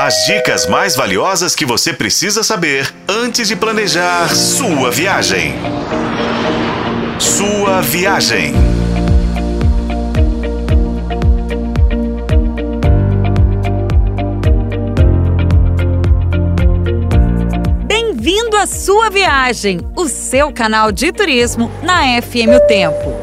As dicas mais valiosas que você precisa saber antes de planejar sua viagem. Sua viagem. Bem-vindo à Sua Viagem, o seu canal de turismo na FM O Tempo.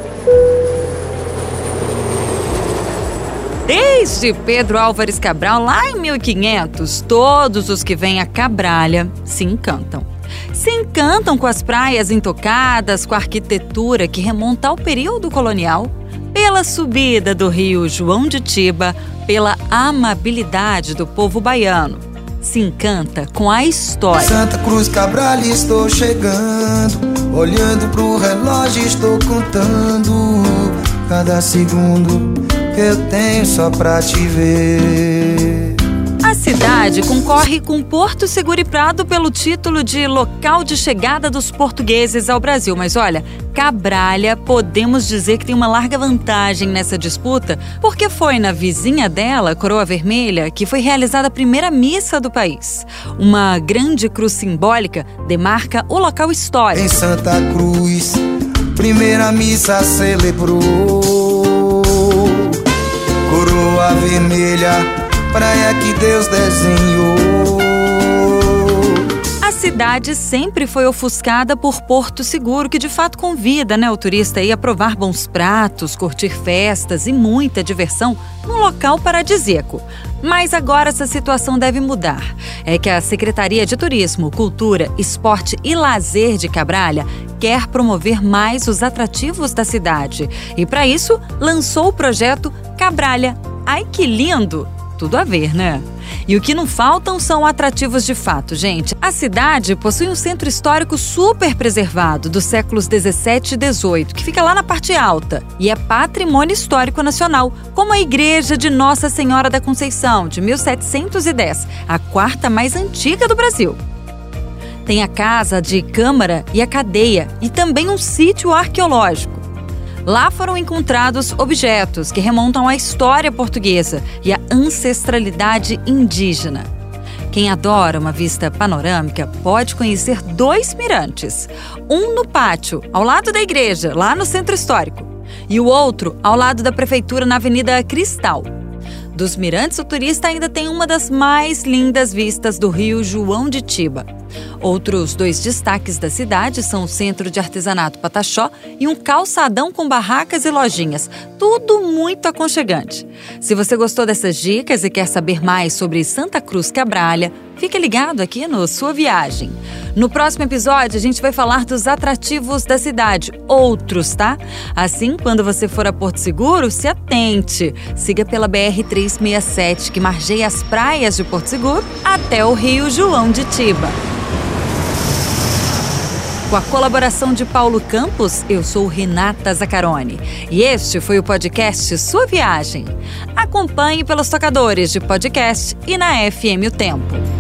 Desde Pedro Álvares Cabral, lá em 1500, todos os que vêm a Cabralha se encantam. Se encantam com as praias intocadas, com a arquitetura que remonta ao período colonial, pela subida do rio João de Tiba, pela amabilidade do povo baiano. Se encanta com a história. Santa Cruz Cabralha, estou chegando, olhando pro relógio, estou contando cada segundo que eu tenho só pra te ver. A cidade concorre com Porto Seguro e Prado pelo título de local de chegada dos portugueses ao Brasil. Mas olha, Cabralha, podemos dizer que tem uma larga vantagem nessa disputa, porque foi na vizinha dela, Coroa Vermelha, que foi realizada a primeira missa do país. Uma grande cruz simbólica demarca o local histórico. Em Santa Cruz, primeira missa celebrou. Coroa Vermelha, praia que Deus desenhou. A cidade sempre foi ofuscada por Porto Seguro, que de fato convida, o turista a provar bons pratos, curtir festas e muita diversão num local paradisíaco. Mas agora essa situação deve mudar. É que a Secretaria de Turismo, Cultura, Esporte e Lazer de Cabralha quer promover mais os atrativos da cidade. E para isso, lançou o projeto Cabralha. Ai, que lindo! Tudo a ver, né? E o que não faltam são atrativos de fato, gente. A cidade possui um centro histórico super preservado dos séculos 17 e 18, que fica lá na parte alta e é patrimônio histórico nacional, como a Igreja de Nossa Senhora da Conceição, de 1710, a quarta mais antiga do Brasil. Tem a Casa de Câmara e a Cadeia e também um sítio arqueológico. Lá foram encontrados objetos que remontam à história portuguesa e à ancestralidade indígena. Quem adora uma vista panorâmica pode conhecer 2 mirantes. Um no pátio, ao lado da igreja, lá no centro histórico, e o outro ao lado da prefeitura, na Avenida Cristal. Dos mirantes, o turista ainda tem uma das mais lindas vistas do rio João de Tiba. Outros 2 destaques da cidade são o Centro de Artesanato Pataxó e um calçadão com barracas e lojinhas. Tudo muito aconchegante. Se você gostou dessas dicas e quer saber mais sobre Santa Cruz Cabralha, fique ligado aqui no Sua Viagem. No próximo episódio, a gente vai falar dos atrativos da cidade, outros, tá? Assim, quando você for a Porto Seguro, se atente. Siga pela BR-367, que margeia as praias de Porto Seguro, até o rio João de Tiba. Com a colaboração de Paulo Campos, eu sou Renata Zaccaroni. E este foi o podcast Sua Viagem. Acompanhe pelos tocadores de podcast e na FM O Tempo.